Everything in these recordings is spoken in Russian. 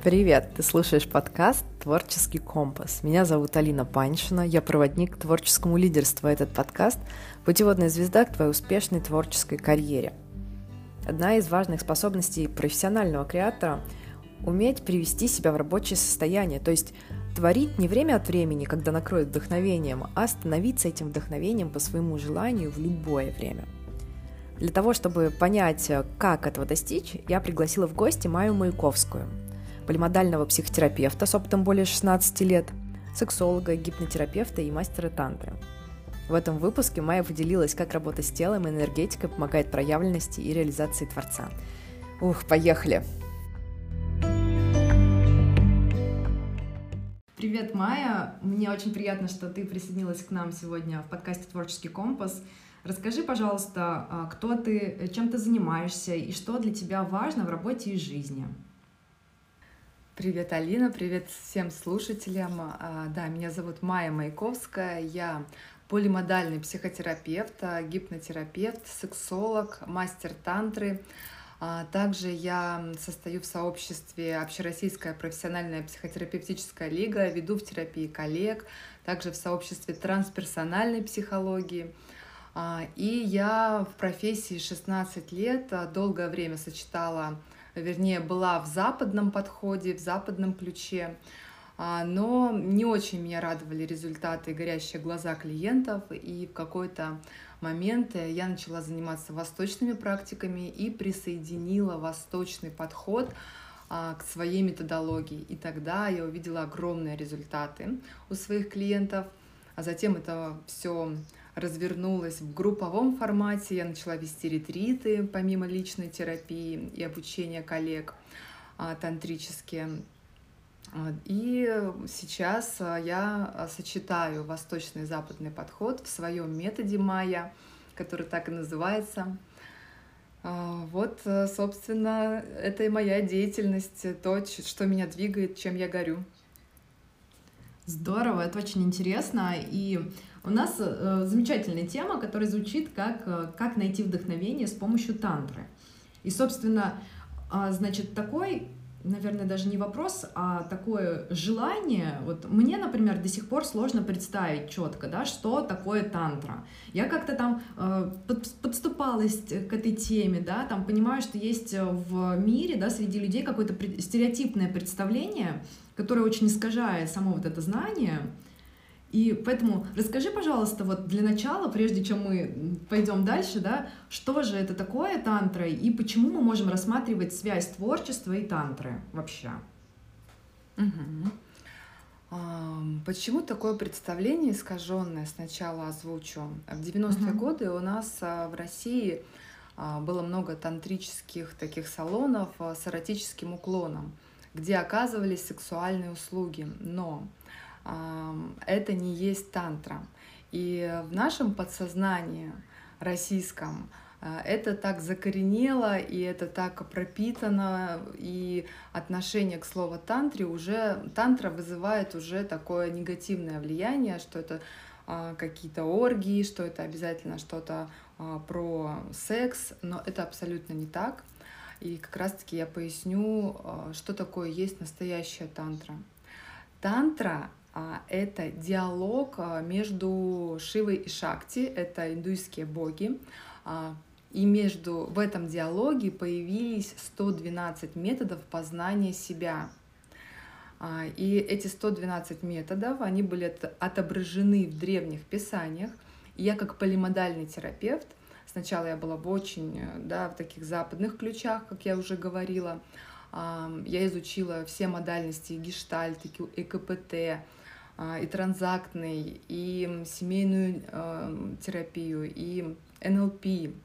Привет! Ты слушаешь подкаст «Творческий компас». Меня зовут Алина Паньшина, я проводник к творческому лидерству. Этот подкаст – путеводная звезда к твоей успешной творческой карьере. Одна из важных способностей профессионального креатора – уметь привести себя в рабочее состояние, то есть творить не время от времени, когда накроет вдохновением, а становиться этим вдохновением по своему желанию в любое время. Для того, чтобы понять, как этого достичь, я пригласила в гости Майю Маяковскую, полимодального психотерапевта с опытом более 16 лет, сексолога, гипнотерапевта и мастера тантры. В этом выпуске Майя поделилась, как работа с телом и энергетикой помогает проявленности и реализации Творца. Поехали! Привет, Майя! Мне очень приятно, что ты присоединилась к нам сегодня в подкасте «Творческий компас». Расскажи, пожалуйста, кто ты, чем ты занимаешься и что для тебя важно в работе и жизни. Привет, Алина, привет всем слушателям. Да, меня зовут Майя Маяковская, я полимодальный психотерапевт, гипнотерапевт, сексолог, мастер тантры. Также я состою в сообществе «Общероссийская профессиональная психотерапевтическая лига», веду в терапии коллег, также в сообществе трансперсональной психологии. И я в профессии 16 лет, долгое время была в западном подходе, в западном ключе, но не очень меня радовали результаты и горящие глаза клиентов, и в какой-то момент я начала заниматься восточными практиками и присоединила восточный подход к своей методологии. И тогда я увидела огромные результаты у своих клиентов, а затем это все развернулась в групповом формате. Я начала вести ретриты помимо личной терапии и обучения коллег тантрические. И сейчас я сочетаю восточный и западный подход в своем методе Майя, который так и называется. Собственно, это и моя деятельность, то, что меня двигает, чем я горю. Здорово, это очень интересно. И у нас замечательная тема, которая звучит как найти вдохновение с помощью тантры. И, собственно, такой, наверное, даже не вопрос, а такое желание. Вот мне, например, до сих пор сложно представить четко, да, что такое тантра. Я как-то там подступалась к этой теме, да, там понимаю, что есть в мире, да, среди людей какое-то стереотипное представление, которое очень искажает само вот это знание. И поэтому расскажи, пожалуйста, вот для начала, прежде чем мы пойдем дальше, да, что же это такое тантра и почему мы можем рассматривать связь творчества и тантры вообще? Почему такое представление искаженное? Сначала озвучу. В 90-е годы у нас в России было много тантрических таких салонов с эротическим уклоном, где оказывались сексуальные услуги, но это не есть тантра. И в нашем подсознании российском это так закоренело, и это так пропитано, и отношение к слову тантра вызывает уже такое негативное влияние, что это какие-то оргии, что это обязательно что-то про секс, но это абсолютно не так. И как раз-таки я поясню, что такое есть настоящая тантра. Тантра — это диалог между Шивой и Шакти, это индуистские боги, и в этом диалоге появились 112 методов познания себя. И эти 112 методов, они были отображены в древних писаниях. И я как полимодальный терапевт, сначала я была в таких западных ключах, как я уже говорила, я изучила все модальности и гештальт, и КПТ, и транзактный, и семейную терапию, и НЛП.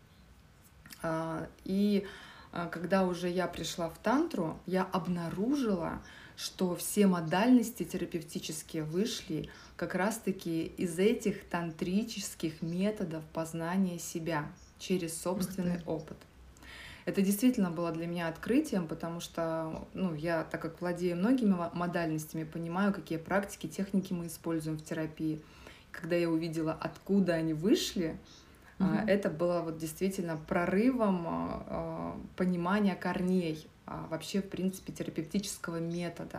И когда уже я пришла в тантру, я обнаружила, что все модальности терапевтические вышли как раз-таки из этих тантрических методов познания себя через собственный опыт. Это действительно было для меня открытием, потому что я, так как владею многими модальностями, понимаю, какие практики, техники мы используем в терапии. Когда я увидела, откуда они вышли, Это было вот действительно прорывом понимания корней вообще, в принципе, терапевтического метода.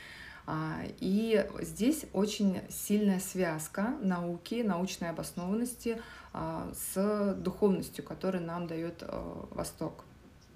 И здесь очень сильная связка науки, научной обоснованности с духовностью, которую нам дает Восток.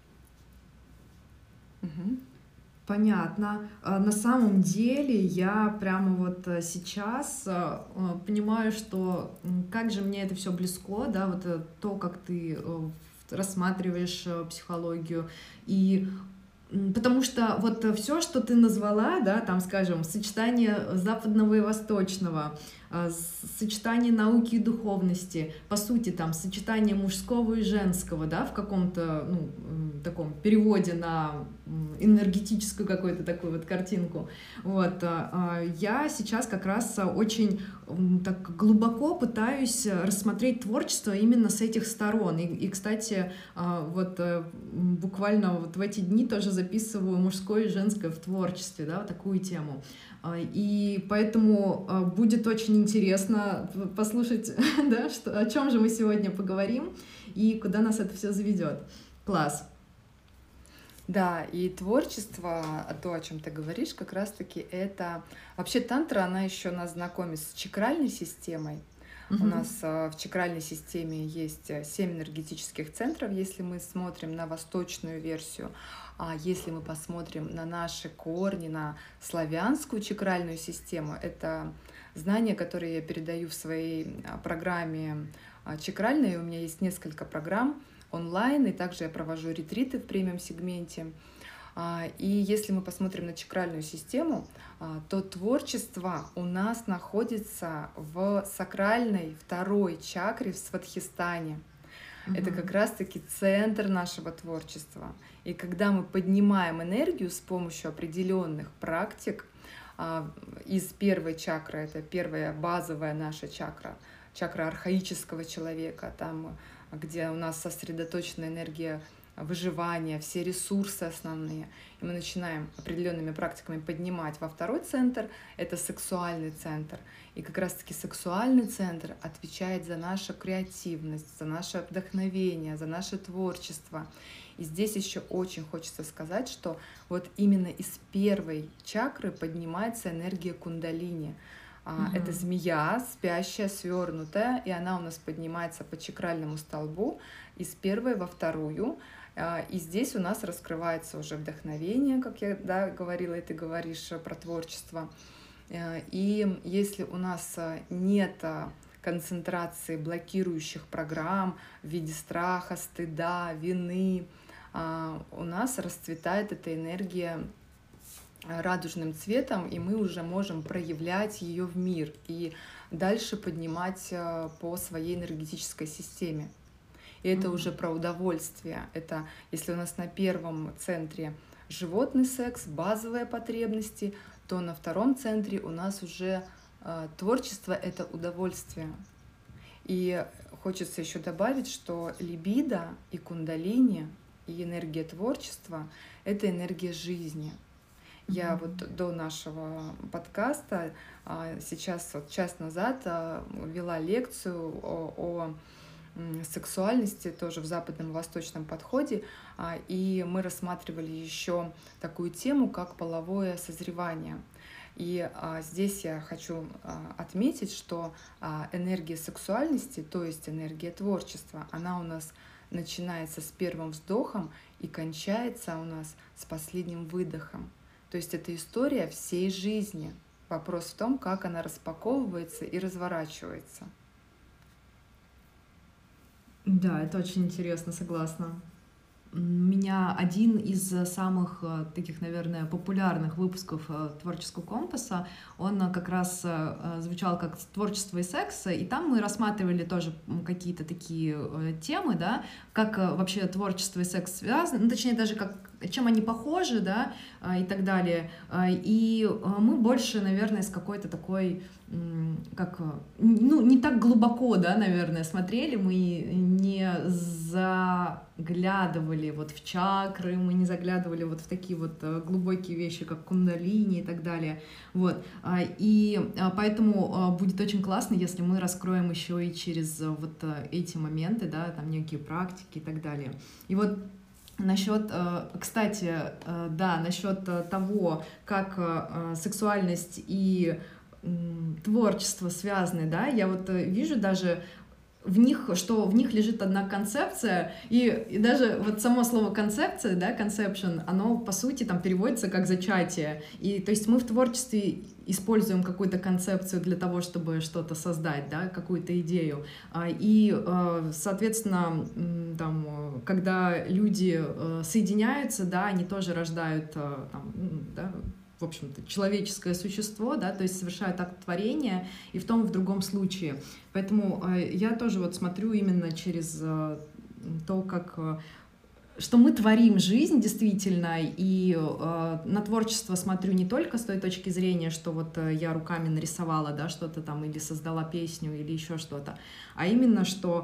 Понятно. На самом деле я прямо вот сейчас понимаю, что как же мне это все близко, да, вот то, как ты рассматриваешь психологию. И потому что вот все, что ты назвала, да, там, скажем, сочетание западного и восточного, сочетание науки и духовности, по сути, там, сочетание мужского и женского, да, в каком-то, ну, таком переводе на энергетическую какую-то такую вот картинку. Вот. Я сейчас как раз очень так глубоко пытаюсь рассмотреть творчество именно с этих сторон. И кстати, вот буквально вот в эти дни тоже записываю мужское и женское в творчестве, да, вот такую тему. И поэтому будет очень интересно послушать, да, о чем же мы сегодня поговорим и куда нас это все заведет. Класс. Да, и творчество, то, о чем ты говоришь, как раз-таки это... Вообще тантра, она еще нас знакомит с чакральной системой. У нас в чакральной системе есть 7 энергетических центров, если мы смотрим на восточную версию. А если мы посмотрим на наши корни, на славянскую чакральную систему, это знания, которые я передаю в своей программе чакральной. У меня есть несколько программ онлайн, и также я провожу ретриты в премиум-сегменте. И если мы посмотрим на чакральную систему, то творчество у нас находится в сакральной второй чакре, в Свадхистане. Это как раз-таки центр нашего творчества. И когда мы поднимаем энергию с помощью определенных практик, из первой чакры, это первая базовая наша чакра, чакра архаического человека, там, где у нас сосредоточена энергия выживания, все ресурсы основные. И мы начинаем определенными практиками поднимать во второй центр, это сексуальный центр. И как раз-таки сексуальный центр отвечает за нашу креативность, за наше вдохновение, за наше творчество. И здесь еще очень хочется сказать, что вот именно из первой чакры поднимается энергия кундалини. Это змея, спящая, свернутая, и она у нас поднимается по чакральному столбу из первой во вторую. И здесь у нас раскрывается уже вдохновение, как я говорила, и ты говоришь про творчество. И если у нас нет концентрации блокирующих программ в виде страха, стыда, вины, у нас расцветает эта энергия радужным цветом, и мы уже можем проявлять ее в мир и дальше поднимать по своей энергетической системе. И это уже про удовольствие. Это если у нас на первом центре животный секс, базовые потребности, то на втором центре у нас уже творчество — это удовольствие. И хочется еще добавить, что либидо и кундалини, и энергия творчества — это энергия жизни. Я вот до нашего подкаста сейчас, вот час назад, вела лекцию о сексуальности тоже в западном и восточном подходе, и мы рассматривали еще такую тему, как половое созревание. И здесь я хочу отметить, что энергия сексуальности, то есть энергия творчества, она у нас начинается с первым вздохом и кончается у нас с последним выдохом. То есть это история всей жизни. Вопрос в том, как она распаковывается и разворачивается. Да, это очень интересно, согласна. У меня один из самых таких, наверное, популярных выпусков «Творческого компаса», он как раз звучал как «Творчество и секс», и там мы рассматривали тоже какие-то такие темы, да, как вообще творчество и секс связаны, ну, точнее, даже как чем они похожи, да, и так далее. И мы больше, наверное, с какой-то такой, как, ну, не так глубоко, да, наверное, смотрели, мы не заглядывали вот в чакры, мы не заглядывали вот в такие вот глубокие вещи, как кундалини и так далее. Вот. И поэтому будет очень классно, если мы раскроем еще и через вот эти моменты, да, там некие практики и так далее. И вот насчет, кстати, да, насчет того, как сексуальность и творчество связаны, да, я вот вижу даже в них, что в них лежит одна концепция, и даже вот само слово концепция, да, conception, оно по сути там переводится как зачатие, и то есть мы в творчестве используем какую-то концепцию для того, чтобы что-то создать, да, какую-то идею, и, соответственно, там, когда люди соединяются, да, они тоже рождают, там, да, в общем-то, человеческое существо, да, то есть совершают акт творения и в том, и в другом случае. Поэтому я тоже вот смотрю именно через то, как что мы творим жизнь действительно, и на творчество смотрю не только с той точки зрения, что вот я руками нарисовала, да, что-то там, или создала песню, или еще что-то, а именно, что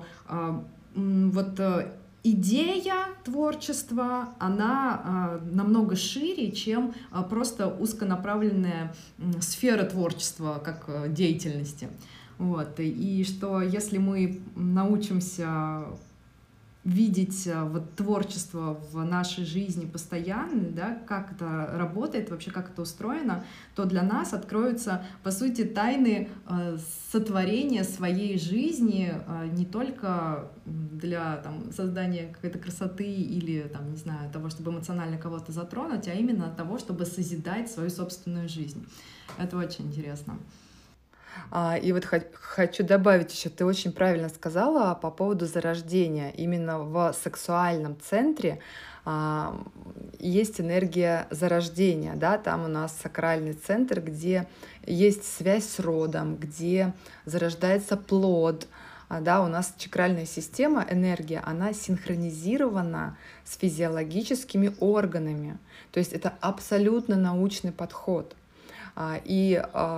вот идея творчества, она намного шире, чем просто узконаправленная сфера творчества как деятельности. Вот. И что если мы научимся видеть вот творчество в нашей жизни постоянно, да, как это работает, вообще как это устроено, то для нас откроются, по сути, тайны сотворения своей жизни не только для там, создания какой-то красоты или, там, не знаю, того, чтобы эмоционально кого-то затронуть, а именно того, чтобы созидать свою собственную жизнь. Это очень интересно. И вот хочу добавить еще, ты очень правильно сказала по поводу зарождения. Именно в сексуальном центре есть энергия зарождения, да, там у нас сакральный центр, где есть связь с родом, где зарождается плод, да, у нас чакральная система, энергия, она синхронизирована с физиологическими органами, то есть это абсолютно научный подход. И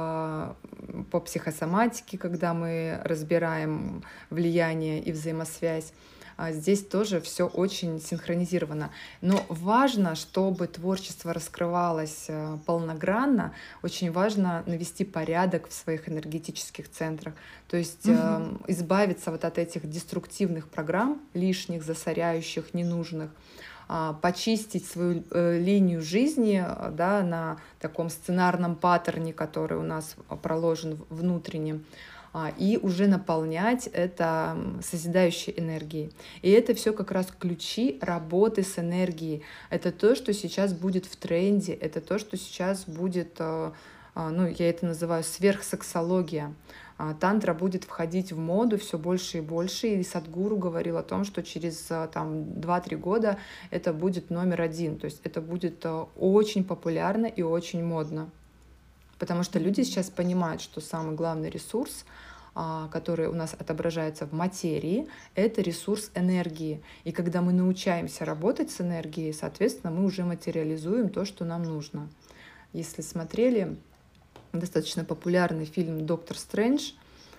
по психосоматике, когда мы разбираем влияние и взаимосвязь, здесь тоже все очень синхронизировано. Но важно, чтобы творчество раскрывалось полногранно, очень важно навести порядок в своих энергетических центрах, то есть избавиться вот от этих деструктивных программ, лишних, засоряющих, ненужных, почистить свою линию жизни, да, на таком сценарном паттерне, который у нас проложен внутренне, и уже наполнять это созидающей энергией. И это все как раз ключи работы с энергией. Это то, что сейчас будет в тренде, это то, что сейчас будет, ну, я это называю сверхсексология. Тантра будет входить в моду все больше и больше, и Садхгуру говорил о том, что через там, 2-3 года это будет номер один, то есть это будет очень популярно и очень модно, потому что люди сейчас понимают, что самый главный ресурс, который у нас отображается в материи, это ресурс энергии, и когда мы научаемся работать с энергией, соответственно, мы уже материализуем то, что нам нужно. Если смотрели достаточно популярный фильм «Доктор Стрэндж».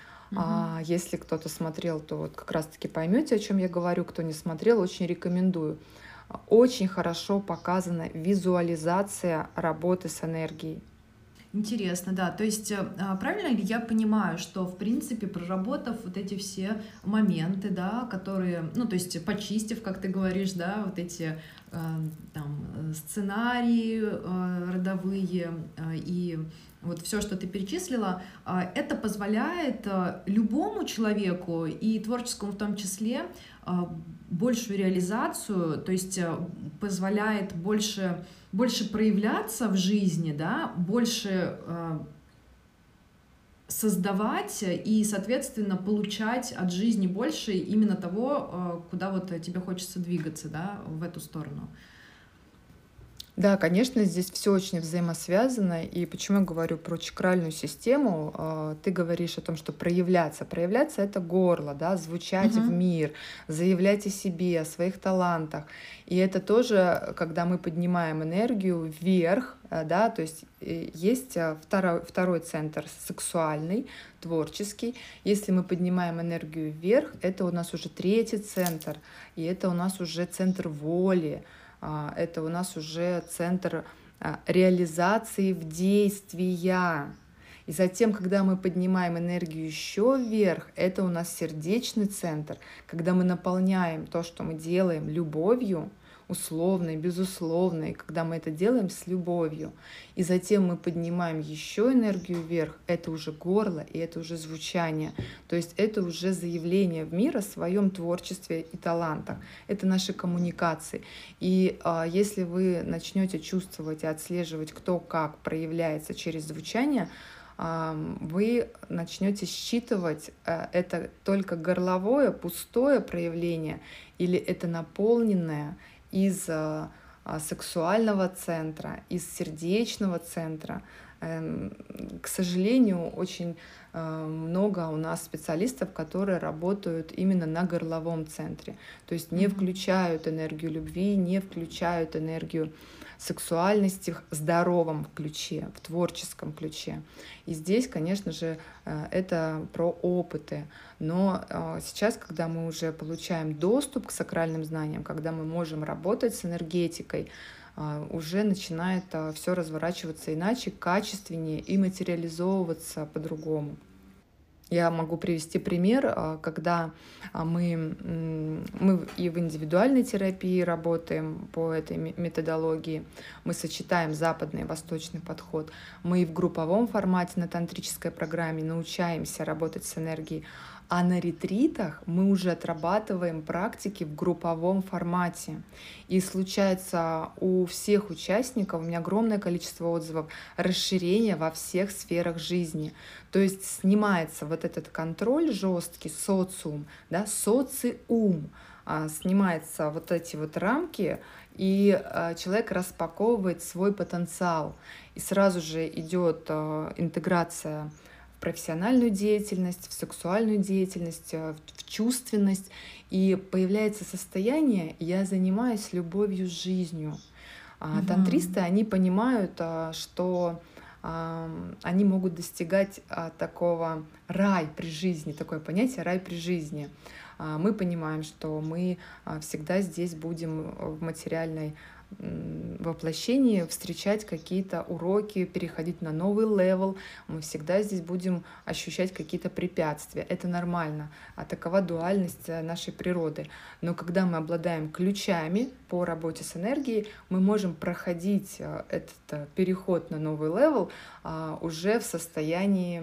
Если кто-то смотрел, то вот как раз-таки поймете, о чем я говорю. Кто не смотрел, очень рекомендую. Очень хорошо показана визуализация работы с энергией. Интересно, да. То есть правильно ли я понимаю, что, в принципе, проработав вот эти все моменты, да, которые, ну, то есть почистив, как ты говоришь, да, вот эти там сценарии родовые и вот все, что ты перечислила, это позволяет любому человеку, и творческому в том числе, большую реализацию, то есть позволяет больше проявляться в жизни, да, больше создавать и, соответственно, получать от жизни больше именно того, куда вот тебе хочется двигаться, да, в эту сторону. Да, конечно, здесь все очень взаимосвязано. И почему я говорю про чакральную систему? Ты говоришь о том, что проявляться. Проявляться — это горло, да, звучать в Мгм. мир, заявлять о себе, о своих талантах. И это тоже, когда мы поднимаем энергию вверх, да, то есть есть второй центр сексуальный, творческий. Если мы поднимаем энергию вверх, это у нас уже третий центр, и это у нас уже центр воли, это у нас уже центр реализации в действия. И затем, когда мы поднимаем энергию еще вверх, это у нас сердечный центр, когда мы наполняем то, что мы делаем, любовью, условной, безусловной, когда мы это делаем с любовью. И затем мы поднимаем еще энергию вверх, это уже горло, и это уже звучание. То есть это уже заявление в мир о своем творчестве и талантах. Это наши коммуникации. И если вы начнете чувствовать и отслеживать, кто как проявляется через звучание, вы начнете считывать, это только горловое, пустое проявление, или это наполненное из сексуального центра, из сердечного центра. К сожалению, очень много у нас специалистов, которые работают именно на горловом центре, то есть не включают энергию любви, не включают энергию сексуальности в здоровом ключе, в творческом ключе. И здесь, конечно же, это про опыты. Но сейчас, когда мы уже получаем доступ к сакральным знаниям, когда мы можем работать с энергетикой, уже начинает все разворачиваться иначе, качественнее и материализовываться по-другому. Я могу привести пример, когда мы и в индивидуальной терапии работаем по этой методологии, мы сочетаем западный и восточный подход, мы и в групповом формате на тантрической программе научаемся работать с энергией, а на ретритах мы уже отрабатываем практики в групповом формате. И случается у всех участников, у меня огромное количество отзывов, расширение во всех сферах жизни. То есть снимается вот этот контроль жесткий, социум, да, социум, снимаются вот эти вот рамки, и человек распаковывает свой потенциал. И сразу же идет интеграция в профессиональную деятельность, в сексуальную деятельность, в чувственность. И появляется состояние «я занимаюсь любовью с жизнью». Тантристы, они понимают, что они могут достигать такого рай при жизни, такое понятие рай при жизни. Мы понимаем, что мы всегда здесь будем в материальной воплощении встречать какие-то уроки, переходить на новый левел, мы всегда здесь будем ощущать какие-то препятствия. Это нормально, такова дуальность нашей природы. Но когда мы обладаем ключами по работе с энергией, мы можем проходить этот переход на новый левел уже в состоянии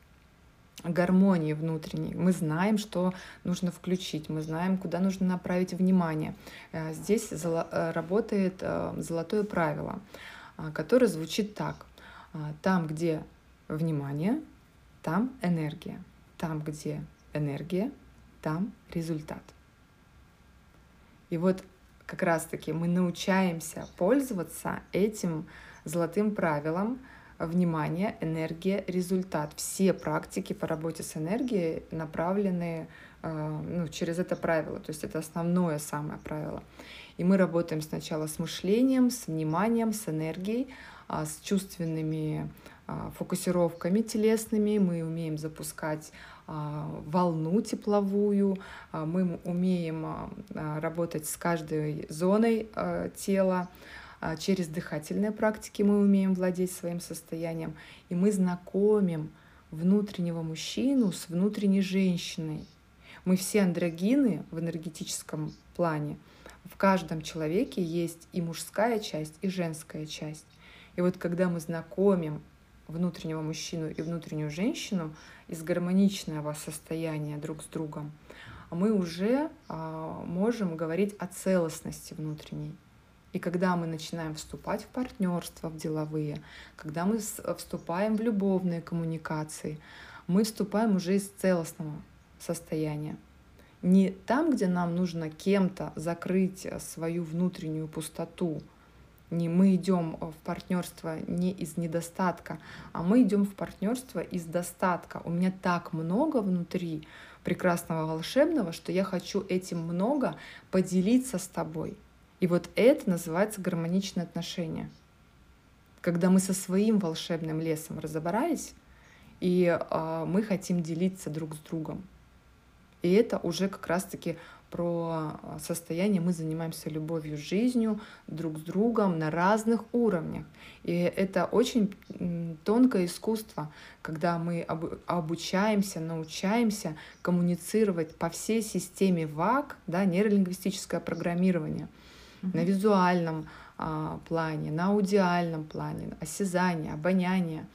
гармонии внутренней. Мы знаем, что нужно включить, мы знаем, куда нужно направить внимание. Здесь работает золотое правило, которое звучит так. Там, где внимание, там энергия. Там, где энергия, там результат. И вот как раз-таки мы научаемся пользоваться этим золотым правилом: внимание, энергия, результат. Все практики по работе с энергией направлены через это правило. То есть это основное самое правило. И мы работаем сначала с мышлением, с вниманием, с энергией, с чувственными фокусировками телесными. Мы умеем запускать волну тепловую, мы умеем работать с каждой зоной тела. Через дыхательные практики мы умеем владеть своим состоянием, и мы знакомим внутреннего мужчину с внутренней женщиной. Мы все андрогины в энергетическом плане. В каждом человеке есть и мужская часть, и женская часть. И вот когда мы знакомим внутреннего мужчину и внутреннюю женщину из гармоничного состояния друг с другом, мы уже можем говорить о целостности внутренней. И когда мы начинаем вступать в партнерство, в деловые, когда мы вступаем в любовные коммуникации, мы вступаем уже из целостного состояния. Не там, где нам нужно кем-то закрыть свою внутреннюю пустоту, мы идем в партнерство не из недостатка, а мы идем в партнерство из достатка. У меня так много внутри прекрасного, волшебного, что я хочу этим много поделиться с тобой. И вот это называется гармоничные отношения. Когда мы со своим волшебным лесом разобрались, и мы хотим делиться друг с другом. И это уже как раз-таки про состояние, мы занимаемся любовью, жизнью, друг с другом на разных уровнях. И это очень тонкое искусство, когда мы обучаемся, научаемся коммуницировать по всей системе ВАК, да, нейролингвистическое программирование, на визуальном плане, на аудиальном плане, осязание, обоняние,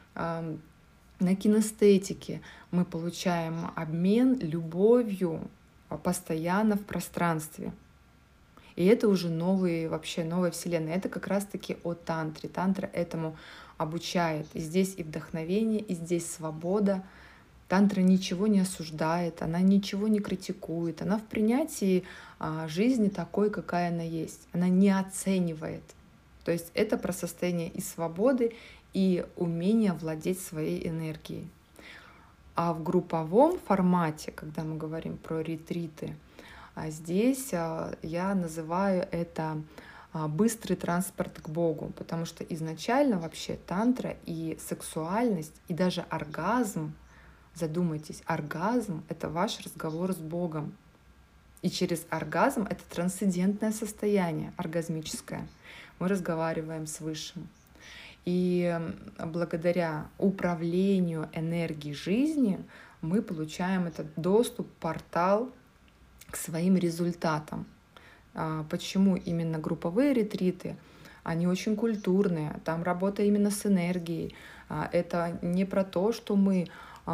на кинестетике. Мы получаем обмен любовью постоянно в пространстве. И это уже вообще новая вселенная. Это как раз-таки о тантре. Тантра этому обучает. И здесь и вдохновение, и здесь свобода. Тантра ничего не осуждает, она ничего не критикует. Она в принятии жизни такой, какая она есть. Она не оценивает. То есть это про состояние и свободы, и умение владеть своей энергией. А в групповом формате, когда мы говорим про ретриты, здесь я называю это быстрый транспорт к Богу, потому что изначально вообще тантра и сексуальность, и даже оргазм, задумайтесь, оргазм — это ваш разговор с Богом. И через оргазм — это трансцендентное состояние, оргазмическое. Мы разговариваем с Высшим. И благодаря управлению энергией жизни мы получаем этот доступ, портал к своим результатам. Почему именно групповые ретриты? Они очень культурные, там работа именно с энергией. Это не про то, что мы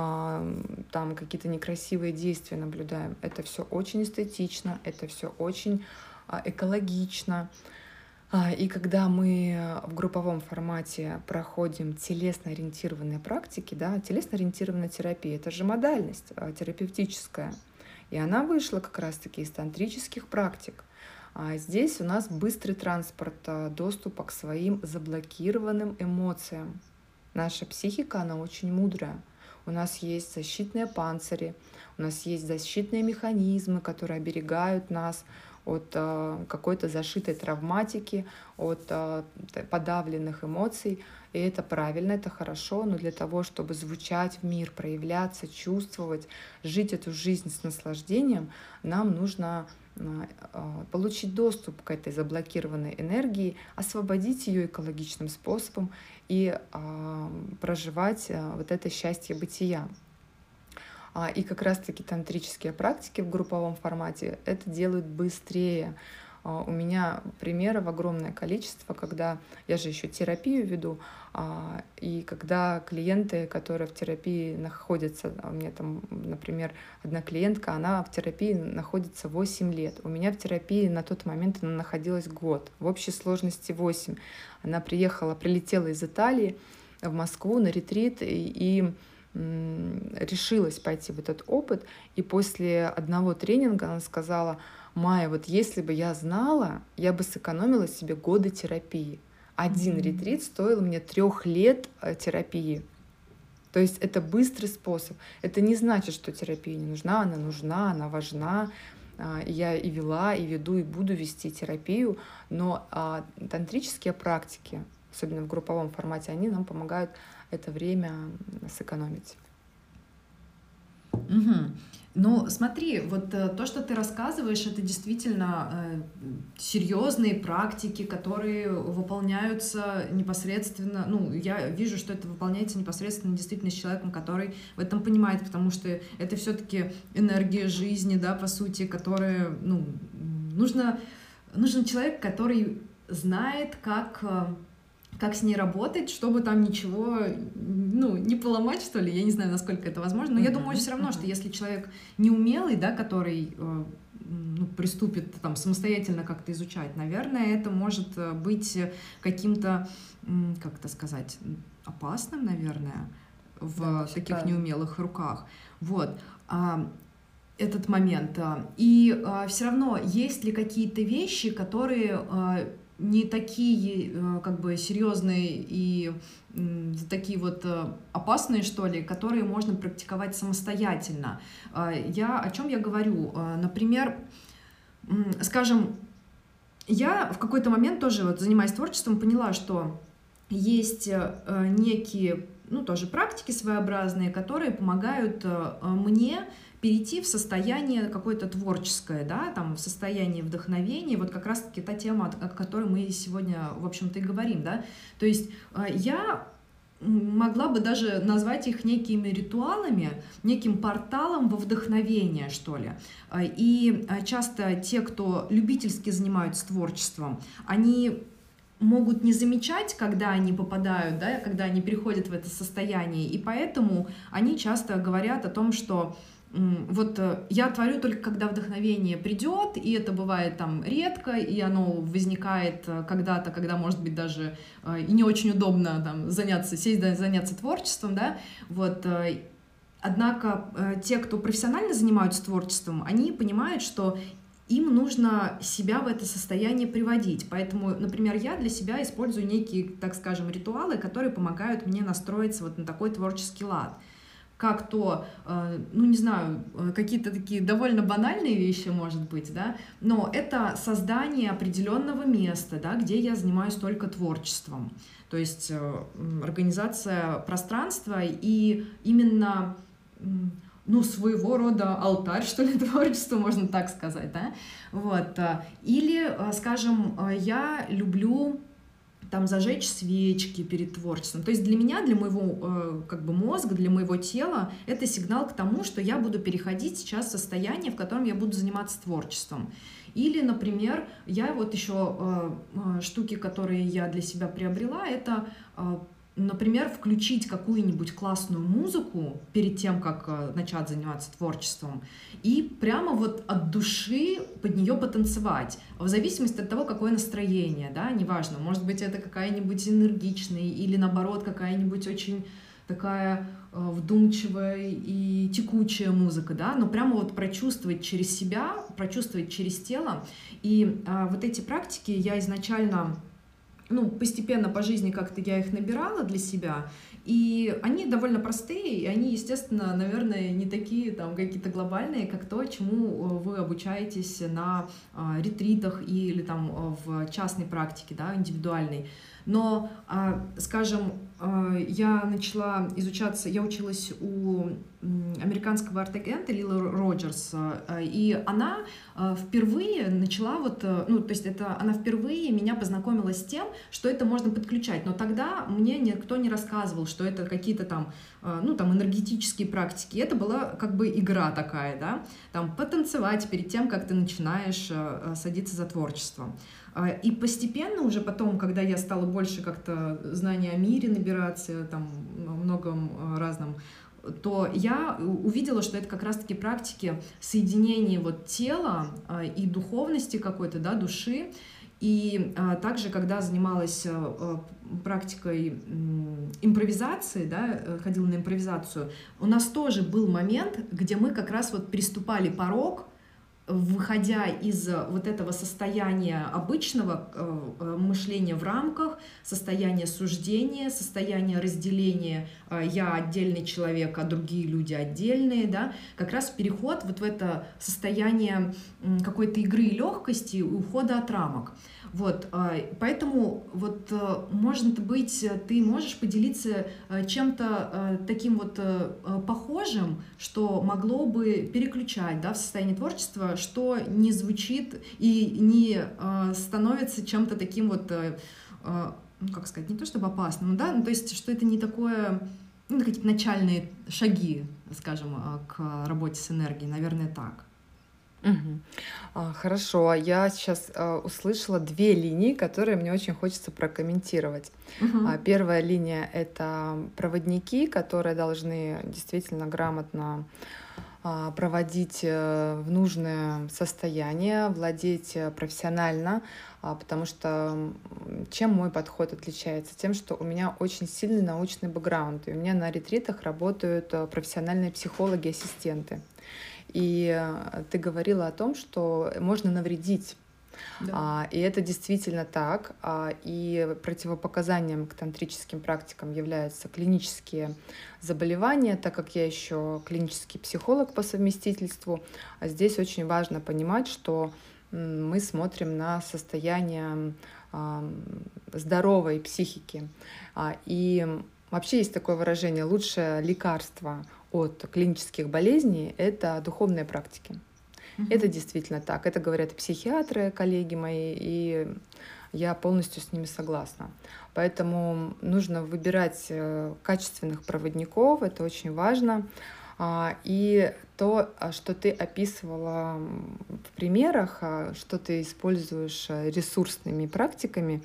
там какие-то некрасивые действия наблюдаем. Это все очень эстетично, это все очень экологично. И когда мы в групповом формате проходим телесно-ориентированные практики, да, телесно-ориентированная терапия — это же модальность терапевтическая, и она вышла как раз-таки из тантрических практик. Здесь у нас быстрый транспорт доступа к своим заблокированным эмоциям. Наша психика, она очень мудрая. У нас есть защитные панцири, у нас есть защитные механизмы, которые оберегают нас от какой-то зашитой травматики, от подавленных эмоций. И это правильно, это хорошо, но для того, чтобы звучать в мир, проявляться, чувствовать, жить эту жизнь с наслаждением, нам нужно получить доступ к этой заблокированной энергии, освободить ее экологичным способом и проживать вот это счастье бытия. И как раз-таки тантрические практики в групповом формате это делают быстрее. У меня примеров огромное количество, когда я же еще терапию веду, и когда клиенты, которые в терапии находятся, у меня там, например, одна клиентка, она в терапии находится 8 лет. У меня в терапии на тот момент она находилась год, в общей сложности 8. Она прилетела из Италии в Москву на ретрит и решилась пойти в этот опыт, и после одного тренинга она сказала: Майя, вот если бы я знала, я бы сэкономила себе годы терапии. Один ретрит стоил мне 3 лет терапии. То есть это быстрый способ. Это не значит, что терапия не нужна, она важна. Я и вела, и веду, и буду вести терапию, но тантрические практики, особенно в групповом формате, они нам помогают это время сэкономить. Ну, смотри, вот то, что ты рассказываешь, это действительно серьезные практики, которые выполняются непосредственно, ну, я вижу, что это выполняется непосредственно действительно с человеком, который в этом понимает, потому что это все-таки энергия жизни, да, по сути, которая, ну, нужен человек, который знает, как с ней работать, чтобы там ничего, ну, не поломать, что ли, я не знаю, насколько это возможно, но я думаю все равно, что если человек неумелый, да, который приступит там самостоятельно как-то изучать, наверное, это может быть каким-то, как это сказать, опасным, наверное, в таких неумелых руках. Вот. этот момент. И все равно есть ли какие-то вещи, которые не такие как бы серьезные и такие вот опасные, что ли, которые можно практиковать самостоятельно. О чем я говорю? Например, скажем, я в какой-то момент тоже, вот, занимаясь творчеством, поняла, что есть некие, тоже практики своеобразные, которые помогают мне перейти в состояние какое-то творческое, да, там, в состояние вдохновения, вот как раз-таки та тема, о которой мы сегодня, в общем-то, и говорим, да, то есть я могла бы даже назвать их некими ритуалами, неким порталом во вдохновение, что ли. И часто те, кто любительски занимаются творчеством, они могут не замечать, когда они попадают, да, когда они переходят в это состояние, и поэтому они часто говорят о том, что вот я творю только когда вдохновение придет, и это бывает там редко, и оно возникает когда-то, когда, может быть, даже и не очень удобно там заняться творчеством, да, вот. Однако те, кто профессионально занимаются творчеством, они понимают, что им нужно себя в это состояние приводить. Поэтому, например, я для себя использую некие, так скажем, ритуалы, которые помогают мне настроиться вот на такой творческий лад. Как то, не знаю, какие-то такие довольно банальные вещи, может быть, да, но это создание определенного места, да, где я занимаюсь только творчеством. То есть организация пространства и именно, своего рода алтарь, что ли, творчества, можно так сказать, да, вот. Или, скажем, я люблю там зажечь свечки перед творчеством. То есть для меня, для моего как бы мозга, для моего тела это сигнал к тому, что я буду переходить сейчас в состояние, в котором я буду заниматься творчеством. Или, например, я вот еще штуки, которые я для себя приобрела, это, например, включить какую-нибудь классную музыку перед тем, как начать заниматься творчеством, и прямо вот от души под нее потанцевать, в зависимости от того, какое настроение, да, неважно, может быть, это какая-нибудь энергичная или, наоборот, какая-нибудь очень такая вдумчивая и текучая музыка, да, но прямо вот прочувствовать через себя, прочувствовать через тело, и вот эти практики я изначально постепенно по жизни как-то я их набирала для себя, и они довольно простые, и они, естественно, наверное, не такие там какие-то глобальные, как то, чему вы обучаетесь на ретритах или там в частной практике, да, индивидуальной. Но, скажем, я начала изучаться, я училась у американского арт-агента Лилы Роджерс, и она впервые начала она впервые меня познакомила с тем, что это можно подключать, но тогда мне никто не рассказывал, что это какие-то там энергетические практики, это была как бы игра такая, да, там потанцевать перед тем, как ты начинаешь садиться за творчеством. И постепенно уже потом, когда я стала больше как-то знания о мире набираться, там, о многом разном, то я увидела, что это как раз-таки практики соединения вот тела и духовности какой-то, да, души. И также, когда занималась практикой импровизации, да, ходила на импровизацию, у нас тоже был момент, где мы как раз вот переступали порог, выходя из вот этого состояния обычного мышления в рамках, состояния суждения, состояния разделения «я отдельный человек, а другие люди отдельные», да, как раз переход вот в это состояние какой-то игры и легкости и ухода от рамок. Вот, поэтому вот, может быть, ты можешь поделиться чем-то таким вот похожим, что могло бы переключать, да, в состоянии творчества, что не звучит и не становится чем-то таким вот, как сказать, не то чтобы опасным, да, то есть, что это не такое, какие-то начальные шаги, скажем, к работе с энергией, наверное, так. Хорошо, я сейчас услышала две линии, которые мне очень хочется прокомментировать. Первая линия — это проводники, которые должны действительно грамотно проводить в нужное состояние, владеть профессионально, потому что чем мой подход отличается? Тем, что у меня очень сильный научный бэкграунд, и у меня на ретритах работают профессиональные психологи-ассистенты. И ты говорила о том, что можно навредить. Да. И это действительно так. И противопоказанием к тантрическим практикам являются клинические заболевания, так как я еще клинический психолог по совместительству. А здесь очень важно понимать, что мы смотрим на состояние здоровой психики. И вообще есть такое выражение: лучшее лекарство от клинических болезней — это духовные практики. Это действительно так. Это говорят психиатры, коллеги мои, и я полностью с ними согласна. Поэтому нужно выбирать качественных проводников, это очень важно. И то, что ты описывала в примерах, что ты используешь ресурсными практиками,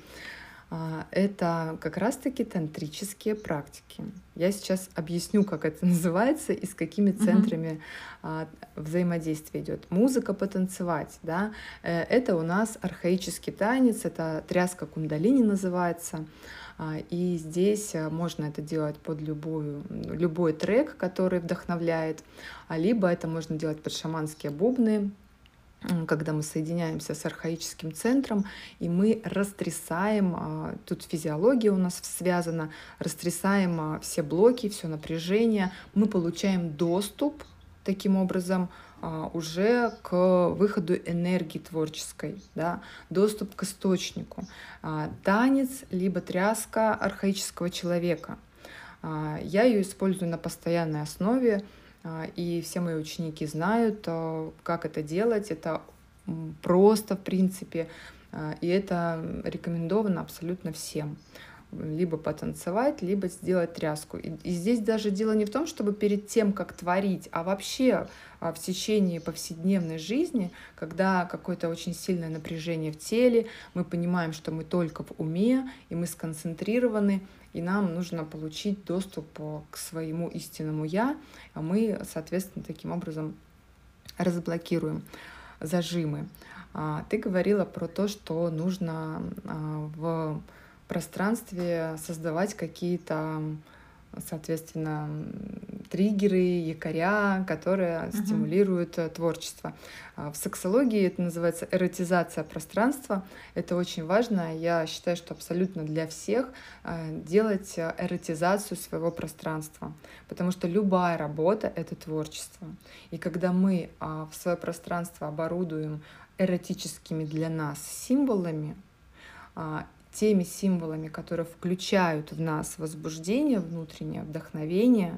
это как раз-таки тантрические практики. Я сейчас объясню, как это называется и с какими центрами взаимодействие идет. Музыка потанцевать, да, это у нас архаический танец, это тряска кундалини называется. И здесь можно это делать под любой трек, который вдохновляет, либо это можно делать под шаманские бубны, когда мы соединяемся с архаическим центром, и мы растрясаем, тут физиология у нас связана, растрясаем все блоки, все напряжение, мы получаем доступ таким образом уже к выходу энергии творческой, да, доступ к источнику. Танец либо тряска архаического человека. Я ее использую на постоянной основе, и все мои ученики знают, как это делать. Это просто, в принципе, и это рекомендовано абсолютно всем. Либо потанцевать, либо сделать тряску. И здесь даже дело не в том, чтобы перед тем, как творить, а вообще в течение повседневной жизни, когда какое-то очень сильное напряжение в теле, мы понимаем, что мы только в уме, и мы сконцентрированы, и нам нужно получить доступ к своему истинному «я», а мы, соответственно, таким образом разблокируем зажимы. Ты говорила про то, что нужно в пространстве создавать какие-то, соответственно, триггеры, якоря, которые стимулируют творчество. В сексологии это называется эротизация пространства. Это очень важно. Я считаю, что абсолютно для всех делать эротизацию своего пространства, потому что любая работа — это творчество. И когда мы в свое пространство оборудуем эротическими для нас символами, теми символами, которые включают в нас возбуждение внутреннее, вдохновение,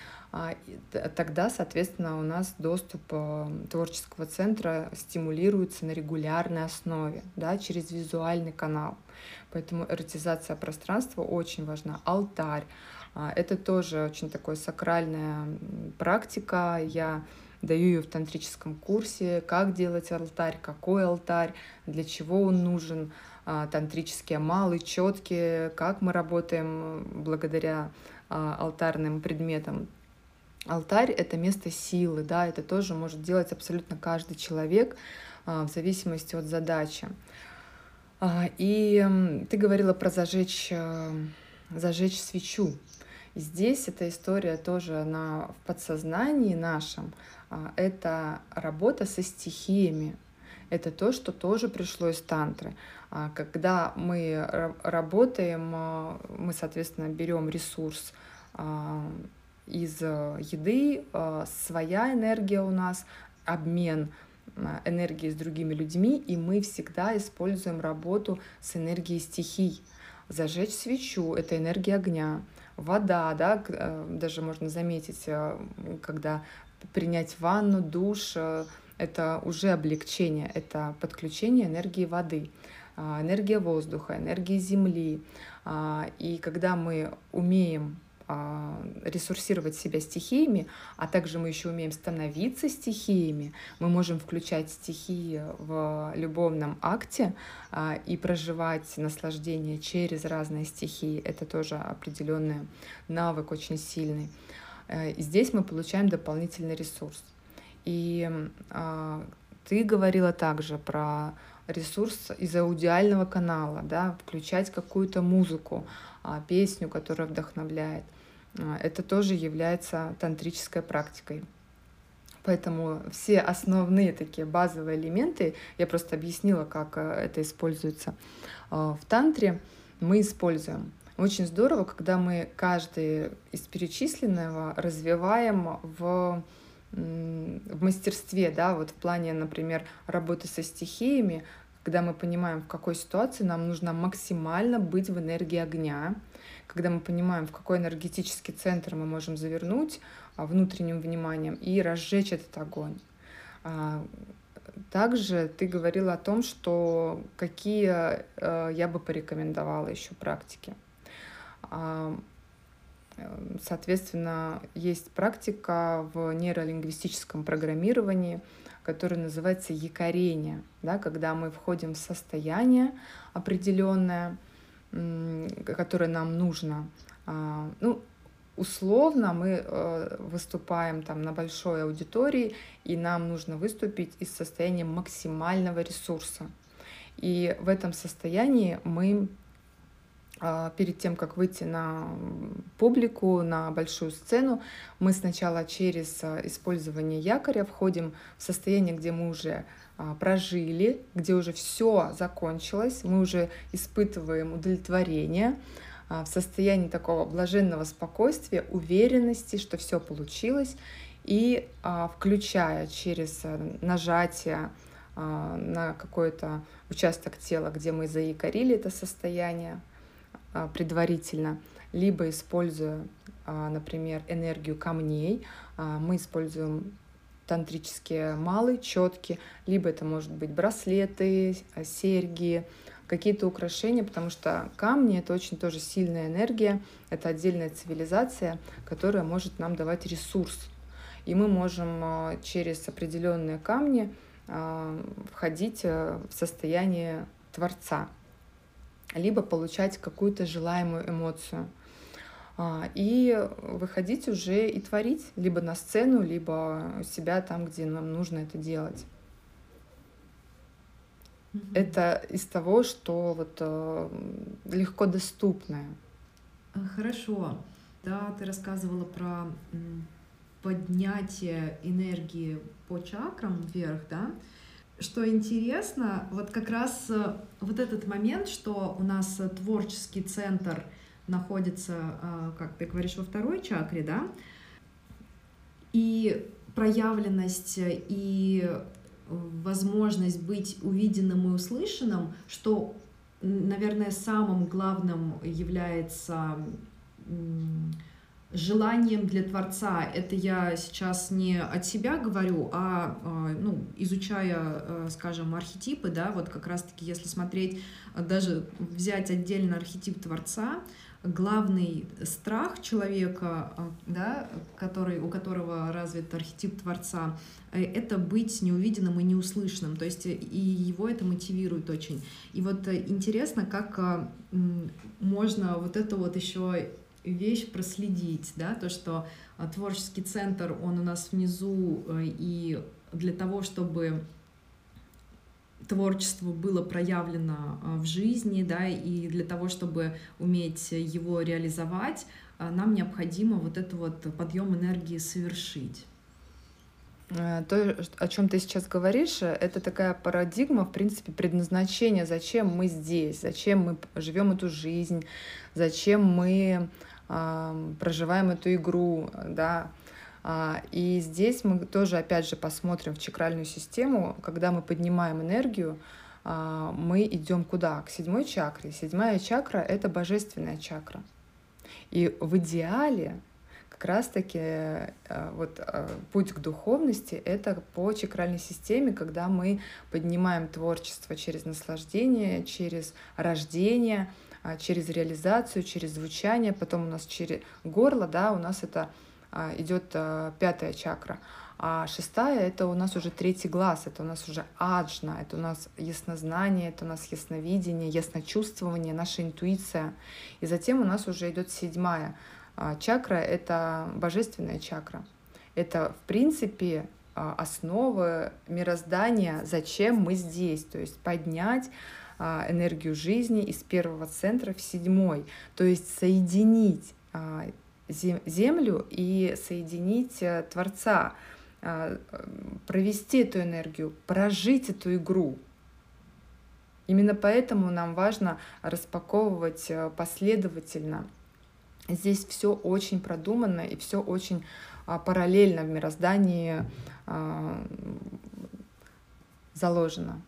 тогда, соответственно, у нас доступ творческого центра стимулируется на регулярной основе, да, через визуальный канал. Поэтому эротизация пространства очень важна. Алтарь — это тоже очень такая сакральная практика. Я даю ее в тантрическом курсе, как делать алтарь, какой алтарь, для чего он нужен, тантрические амалы, четкие, как мы работаем благодаря алтарным предметам. Алтарь — это место силы, да, это тоже может делать абсолютно каждый человек в зависимости от задачи. И ты говорила про зажечь свечу. И здесь эта история тоже в подсознании нашем. Это работа со стихиями. Это то, что тоже пришло из тантры. Когда мы работаем, мы, соответственно, берем ресурс из еды, своя энергия у нас, обмен энергией с другими людьми, и мы всегда используем работу с энергией стихий. Зажечь свечу — это энергия огня. Вода, да, даже можно заметить, когда принять ванну, душ, это уже облегчение, это подключение энергии воды, энергия воздуха, энергия земли. И когда мы умеем ресурсировать себя стихиями, а также мы еще умеем становиться стихиями, мы можем включать стихии в любовном акте и проживать наслаждение через разные стихии. Это тоже определенный навык, очень сильный. И здесь мы получаем дополнительный ресурс. И ты говорила также про ресурс из аудиального канала, да, включать какую-то музыку, песню, которая вдохновляет. Это тоже является тантрической практикой. Поэтому все основные такие базовые элементы, я просто объяснила, как это используется в тантре, мы используем. Очень здорово, когда мы каждый из перечисленного развиваем в мастерстве, да, вот в плане, например, работы со стихиями, когда мы понимаем, в какой ситуации нам нужно максимально быть в энергии огня, когда мы понимаем, в какой энергетический центр мы можем завернуть внутренним вниманием и разжечь этот огонь. Также ты говорила о том, что какие я бы порекомендовала еще практики. Соответственно, есть практика в нейролингвистическом программировании, которая называется якорение, да, когда мы входим в состояние определенное, которое нам нужно. Ну, условно мы выступаем там на большой аудитории, и нам нужно выступить из состояния максимального ресурса. И в этом состоянии мы перед тем, как выйти на публику, на большую сцену, мы сначала через использование якоря входим в состояние, где мы уже прожили, где уже все закончилось, мы уже испытываем удовлетворение, в состоянии такого блаженного спокойствия, уверенности, что все получилось, и включая через нажатие на какой-то участок тела, где мы заякорили это состояние предварительно, либо используя, например, энергию камней, мы используем тантрические малы, четки, либо это может быть браслеты, серьги, какие-то украшения, потому что камни — это очень тоже сильная энергия, это отдельная цивилизация, которая может нам давать ресурс. И мы можем через определенные камни входить в состояние Творца, либо получать какую-то желаемую эмоцию. И выходить уже и творить, либо на сцену, либо у себя там, где нам нужно это делать. Это из того, что вот легко доступное. Хорошо. Да, ты рассказывала про поднятие энергии по чакрам вверх, да? Что интересно, вот как раз вот этот момент, что у нас творческий центр находится, как ты говоришь, во второй чакре, да, и проявленность и возможность быть увиденным и услышанным, что, наверное, самым главным является желанием для Творца. Это я сейчас не от себя говорю, ну, изучая, скажем, архетипы, да, вот как раз-таки, если смотреть, даже взять отдельно архетип Творца, главный страх человека, да, у которого развит архетип Творца, это быть неувиденным и неуслышанным, то есть и его это мотивирует очень. И вот интересно, как можно вот это вот еще вещь проследить, да, то, что творческий центр, он у нас внизу, и для того, чтобы творчество было проявлено в жизни, да, и для того, чтобы уметь его реализовать, нам необходимо вот это вот подъем энергии совершить. То, о чем ты сейчас говоришь, это такая парадигма, в принципе, предназначения, зачем мы здесь, зачем мы живем эту жизнь, зачем мы проживаем эту игру, да. И здесь мы тоже, опять же, посмотрим в чакральную систему. Когда мы поднимаем энергию, мы идем куда? К 7-й чакре. 7-я чакра — это божественная чакра. И в идеале как раз-таки вот путь к духовности — это по чакральной системе, когда мы поднимаем творчество через наслаждение, через рождение, через реализацию, через звучание, потом у нас через горло, да, у нас это идет 5-я чакра, а 6-я — это у нас уже 3-й глаз, это у нас уже аджна, это у нас яснознание, это у нас ясновидение, ясночувствование, наша интуиция. И затем у нас уже идет 7-я чакра, это божественная чакра. Это, в принципе, основа мироздания, зачем мы здесь, то есть поднять энергию жизни из 1-го центра в 7-й, то есть соединить Землю и соединить Творца, провести эту энергию, прожить эту игру. Именно поэтому нам важно распаковывать последовательно. Здесь все очень продуманно и все очень параллельно в мироздании заложено.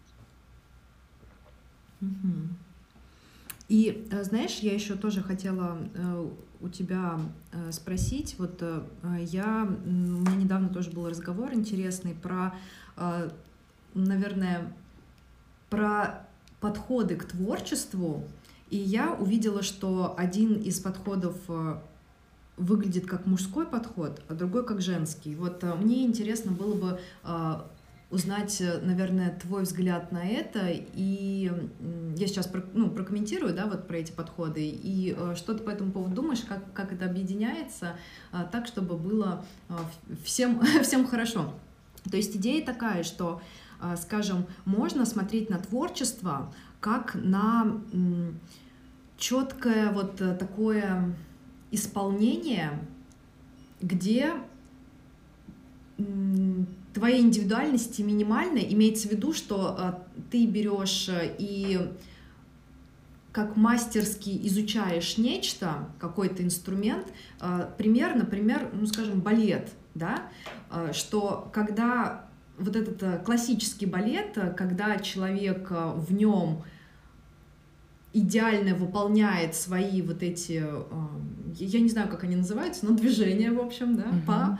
И знаешь, я еще тоже хотела у тебя спросить, у меня недавно тоже был разговор интересный про, наверное, про подходы к творчеству, и я увидела, что один из подходов выглядит как мужской подход, а другой как женский. Мне интересно было бы узнать, наверное, твой взгляд на это, и я сейчас прокомментирую, про эти подходы, и что ты по этому поводу думаешь, как это объединяется, так, чтобы было всем хорошо. То есть идея такая, что, скажем, можно смотреть на творчество как на четкое такое исполнение, где твоей индивидуальности минимально, имеется в виду, что ты берешь и как мастерски изучаешь нечто, какой-то инструмент, например, скажем, балет, да, что когда этот классический балет, когда человек в нем идеально выполняет свои эти, я не знаю, как они называются, но движения, в общем, да,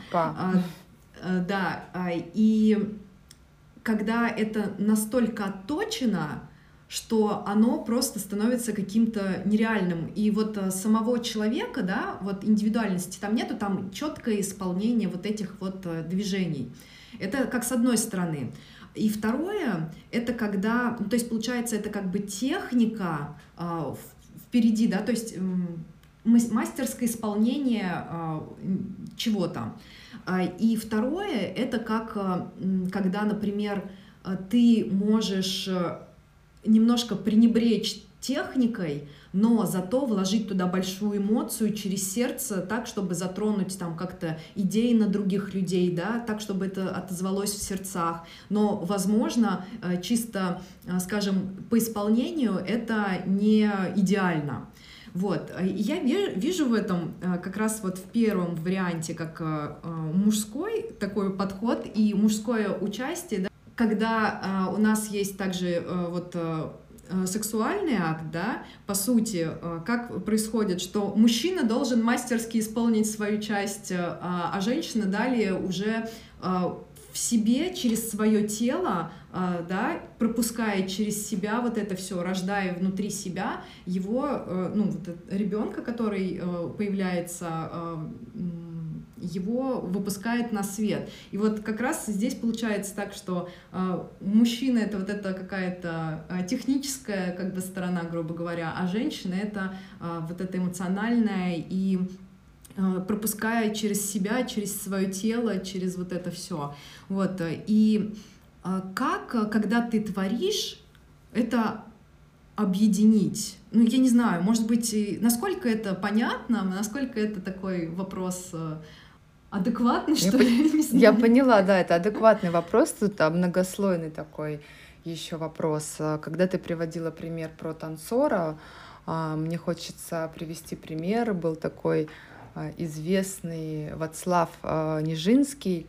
да, и когда это настолько отточено, что оно просто становится каким-то нереальным. И самого человека, да, индивидуальности там нету, там четкое исполнение этих движений. Это как с одной стороны. И второе, это когда, то есть получается, это как бы техника впереди, да, то есть мастерское исполнение чего-то. И второе, это как, когда, например, ты можешь немножко пренебречь техникой, но зато вложить туда большую эмоцию через сердце, так, чтобы затронуть там как-то идеи на других людей, да, так, чтобы это отозвалось в сердцах. Но, возможно, чисто, скажем, по исполнению это не идеально. Я вижу в этом как раз в первом варианте как мужской такой подход и мужское участие, да, когда у нас есть также сексуальный акт, да, по сути, как происходит, что мужчина должен мастерски исполнить свою часть, а женщина далее уже в себе, через свое тело, да, пропуская через себя это все, рождая внутри себя его, ребенка, который появляется, его выпускает на свет. И как раз здесь получается так, что мужчина — это это какая-то техническая как бы сторона, грубо говоря, а женщина — это это эмоциональная, и пропуская через себя, через свое тело, через это все. И когда ты творишь, это объединить? Я не знаю, может быть, насколько это понятно, насколько это такой вопрос адекватный, что ли? Я поняла, да, это адекватный вопрос, тут многослойный такой еще вопрос. Когда ты приводила пример про танцора, мне хочется привести пример. Был такой известный Вацлав Нижинский.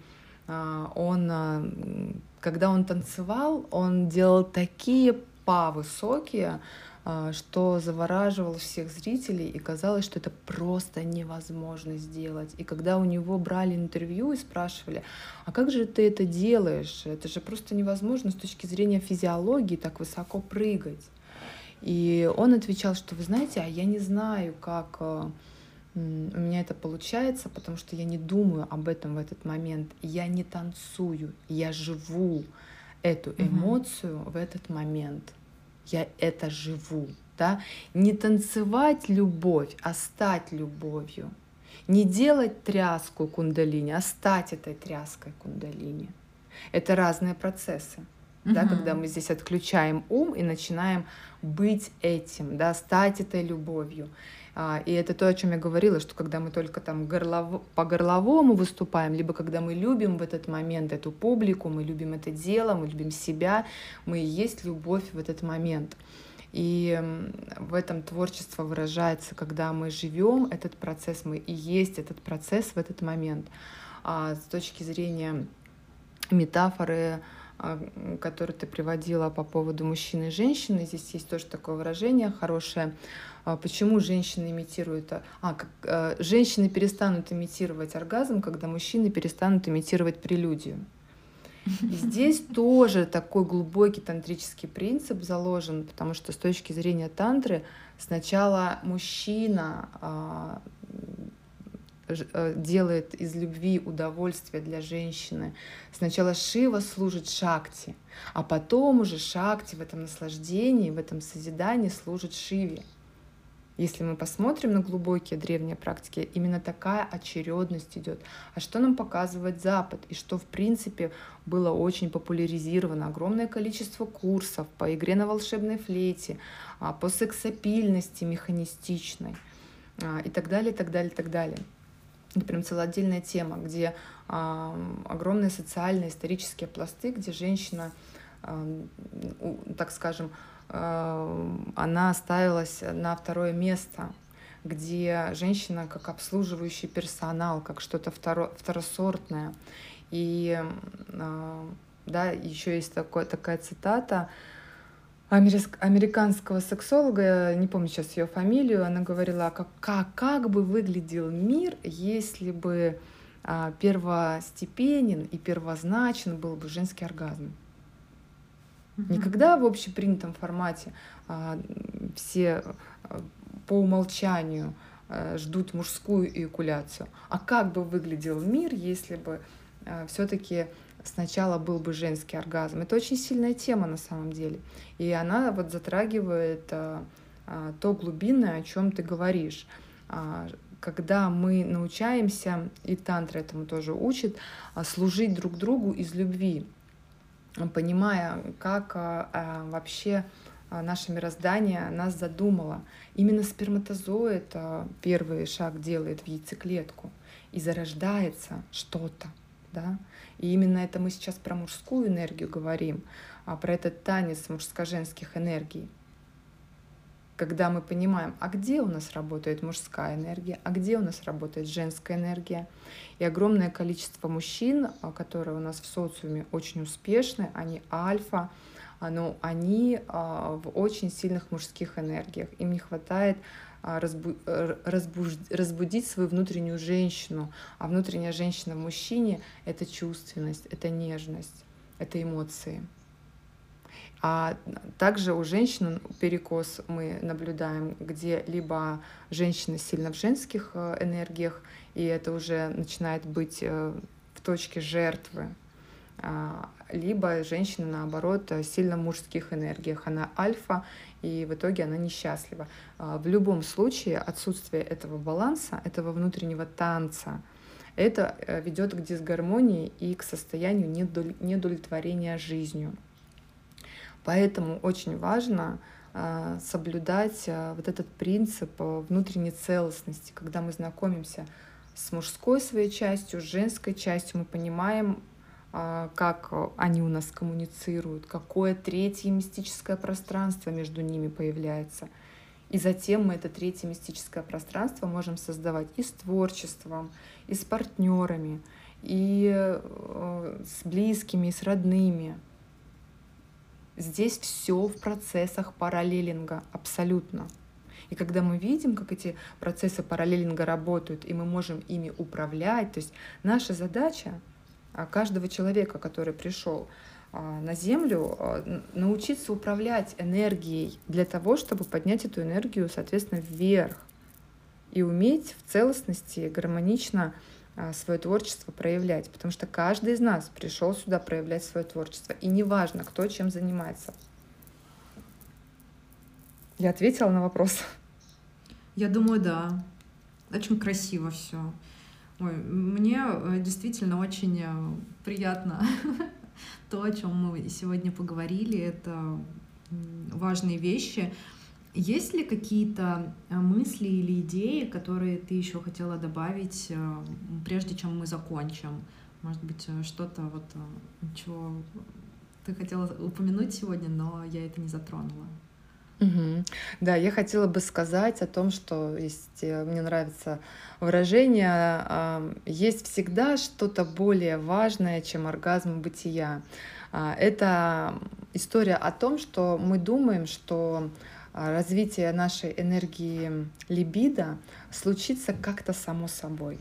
Когда он танцевал, он делал такие па высокие, что завораживал всех зрителей, и казалось, что это просто невозможно сделать. И когда у него брали интервью и спрашивали: а как же ты это делаешь? Это же просто невозможно с точки зрения физиологии так высоко прыгать. И он отвечал, что вы знаете, а я не знаю, как у меня это получается, потому что я не думаю об этом в этот момент. Я не танцую, я живу эту эмоцию в этот момент. Я это живу, да? Не танцевать любовь, а стать любовью. Не делать тряску кундалини, а стать этой тряской кундалини. Это разные процессы, да, когда мы здесь отключаем ум и начинаем быть этим, да, стать этой любовью. И это то, о чем я говорила, что когда мы только там по горловому выступаем, либо когда мы любим в этот момент эту публику, мы любим это дело, мы любим себя, мы и есть любовь в этот момент. И в этом творчество выражается, когда мы живем этот процесс, мы и есть этот процесс в этот момент. А с точки зрения метафоры, которую ты приводила по поводу мужчины и женщины, здесь есть тоже такое выражение хорошее. Почему женщины имитируют... женщины перестанут имитировать оргазм, когда мужчины перестанут имитировать прелюдию. И здесь тоже такой глубокий тантрический принцип заложен, потому что с точки зрения тантры сначала мужчина делает из любви удовольствие для женщины. Сначала Шива служит Шакти, а потом уже Шакти в этом наслаждении, в этом созидании служит Шиве. Если мы посмотрим на глубокие древние практики, именно такая очередность идет. А что нам показывает Запад? И что, в принципе, было очень популяризировано? Огромное количество курсов по игре на волшебной флейте, по сексапильности механистичной и так далее, и так далее, и так далее. Это прям целая отдельная тема, где огромные социальные, исторические пласты, где женщина, так скажем, она ставилась на второе место, где женщина как обслуживающий персонал, как что-то второсортное. И да, еще есть такая цитата американского сексолога, не помню сейчас ее фамилию, она говорила, как бы выглядел мир, если бы первостепенен и первозначен был бы женский оргазм. Никогда в общепринятом формате все по умолчанию ждут мужскую эякуляцию. А как бы выглядел мир, если бы все-таки сначала был бы женский оргазм? Это очень сильная тема на самом деле. И она вот затрагивает то глубинное, о чем ты говоришь. Когда мы научаемся, и тантра этому тоже учит, служить друг другу из любви, понимая, как вообще наше мироздание нас задумало. Именно сперматозоид первый шаг делает в яйцеклетку, и зарождается что-то. Да? И именно это мы сейчас про мужскую энергию говорим, про этот танец мужско-женских энергий. Когда мы понимаем, а где у нас работает мужская энергия, а где у нас работает женская энергия. И огромное количество мужчин, которые у нас в социуме очень успешны, они альфа, но они в очень сильных мужских энергиях. Им не хватает разбудить свою внутреннюю женщину. А внутренняя женщина в мужчине — это чувственность, это нежность, это эмоции. А также у женщин перекос мы наблюдаем, где либо женщина сильно в женских энергиях, и это уже начинает быть в точке жертвы, либо женщина, наоборот, сильно в мужских энергиях. Она альфа, и в итоге она несчастлива. В любом случае отсутствие этого баланса, этого внутреннего танца, это ведет к дисгармонии и к состоянию неудовлетворения жизнью. Поэтому очень важно соблюдать вот этот принцип внутренней целостности. Когда мы знакомимся с мужской своей частью, с женской частью, мы понимаем, как они у нас коммуницируют, какое третье мистическое пространство между ними появляется. И затем мы это третье мистическое пространство можем создавать и с творчеством, и с партнерами, и с близкими, и с родными. Здесь все в процессах параллелинга, абсолютно. И когда мы видим, как эти процессы параллелинга работают, и мы можем ими управлять, то есть наша задача каждого человека, который пришел на Землю, научиться управлять энергией для того, чтобы поднять эту энергию, соответственно, вверх и уметь в целостности гармонично свое творчество проявлять, потому что каждый из нас пришел сюда проявлять свое творчество, и неважно, кто чем занимается. Я ответила на вопрос? Я думаю, да. Очень красиво все. Ой, мне действительно очень приятно то, о чем мы сегодня поговорили. Это важные вещи. Есть ли какие-то мысли или идеи, которые ты еще хотела добавить, прежде чем мы закончим? Может быть, что-то вот, чего ты хотела упомянуть сегодня, но я это не затронула. Да, я хотела бы сказать о том, что мне нравится выражение, есть всегда что-то более важное, чем оргазм бытия. Это история о том, что мы думаем, что развитие нашей энергии либидо случится как-то само собой.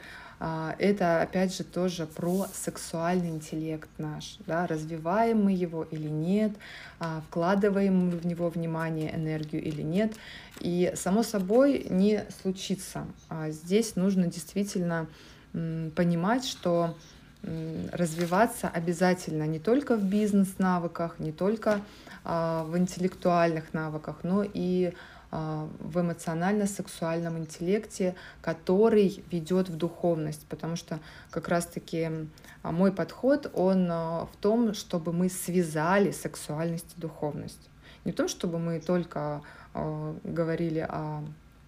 Это, опять же, тоже про сексуальный интеллект наш. Да? Развиваем мы его или нет, вкладываем мы в него внимание, энергию или нет. И, само собой, не случится. Здесь нужно действительно понимать, что развиваться обязательно не только в бизнес-навыках, не только в интеллектуальных навыках, но и в эмоционально-сексуальном интеллекте, который ведет в духовность, потому что как раз-таки мой подход, он в том, чтобы мы связали сексуальность и духовность. Не в том, чтобы мы только говорили о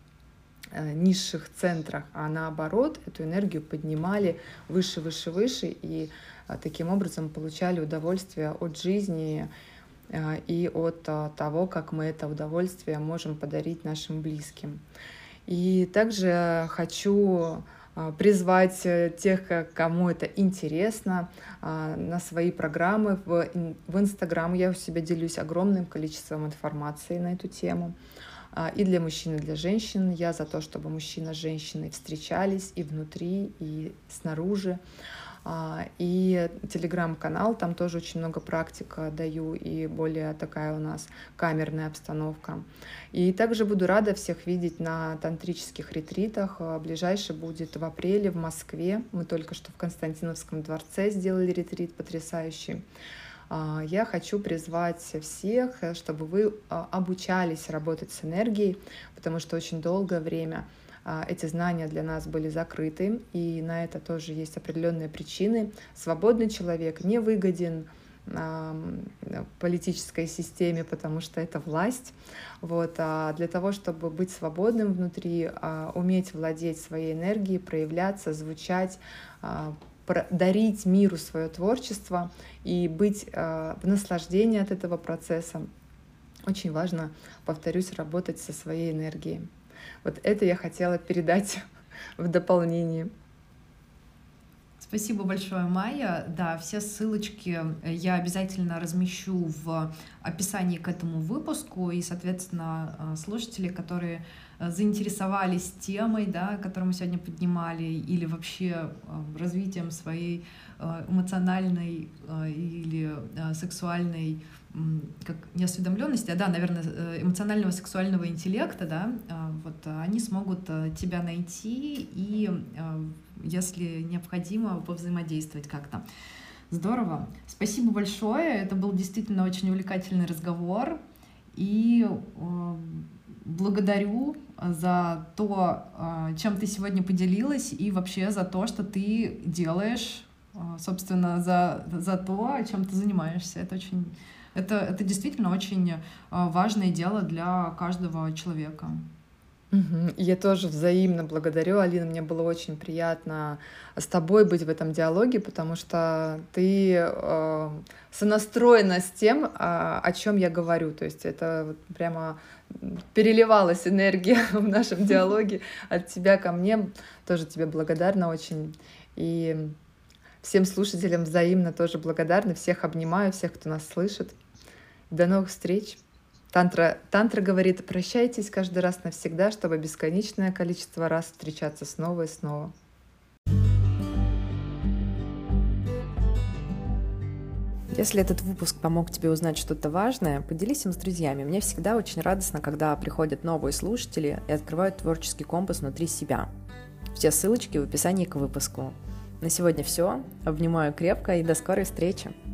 низших центрах, а наоборот эту энергию поднимали выше, выше, выше и таким образом получали удовольствие от жизни и от того, как мы это удовольствие можем подарить нашим близким. И также хочу призвать тех, кому это интересно, на свои программы в Инстаграм. Я у себя делюсь огромным количеством информации на эту тему. И для мужчин, и для женщин. Я за то, чтобы мужчина с женщиной встречались и внутри, и снаружи. И телеграм-канал, там тоже очень много практик даю, и более такая у нас камерная обстановка. И также буду рада всех видеть на тантрических ретритах. Ближайший будет в апреле в Москве. Мы только что в Константиновском дворце сделали ретрит потрясающий. Я хочу призвать всех, чтобы вы обучались работать с энергией, потому что очень долгое время эти знания для нас были закрыты, и на это тоже есть определенные причины. Свободный человек не выгоден политической системе, потому что это власть. А для того, чтобы быть свободным внутри, уметь владеть своей энергией, проявляться, звучать, дарить миру свое творчество и быть в наслаждении от этого процесса. Очень важно, повторюсь, работать со своей энергией. Вот это я хотела передать в дополнение. Спасибо большое, Майя. Да, все ссылочки я обязательно размещу в описании к этому выпуску, и, соответственно, слушатели, которые заинтересовались темой, да, которую мы сегодня поднимали, или вообще развитием своей эмоциональной или сексуальной как неосведомленности, наверное, эмоционального сексуального интеллекта, да, они смогут тебя найти и, если необходимо, повзаимодействовать как-то. Здорово. Спасибо большое. Это был действительно очень увлекательный разговор. И благодарю за то, чем ты сегодня поделилась, и вообще за то, что ты делаешь, собственно, за то, чем ты занимаешься. Это действительно очень важное дело для каждого человека. Я тоже взаимно благодарю, Алина. Мне было очень приятно с тобой быть в этом диалоге, потому что ты сонастроена с тем, о чем я говорю. То есть это прямо переливалась энергия в нашем диалоге от тебя ко мне. Тоже тебе благодарна очень. И всем слушателям взаимно тоже благодарна. Всех обнимаю, всех, кто нас слышит. До новых встреч. Тантра говорит: прощайтесь каждый раз навсегда, чтобы бесконечное количество раз встречаться снова и снова. Если этот выпуск помог тебе узнать что-то важное, поделись им с друзьями. Мне всегда очень радостно, когда приходят новые слушатели и открывают творческий компас внутри себя. Все ссылочки в описании к выпуску. На сегодня все. Обнимаю крепко и до скорой встречи.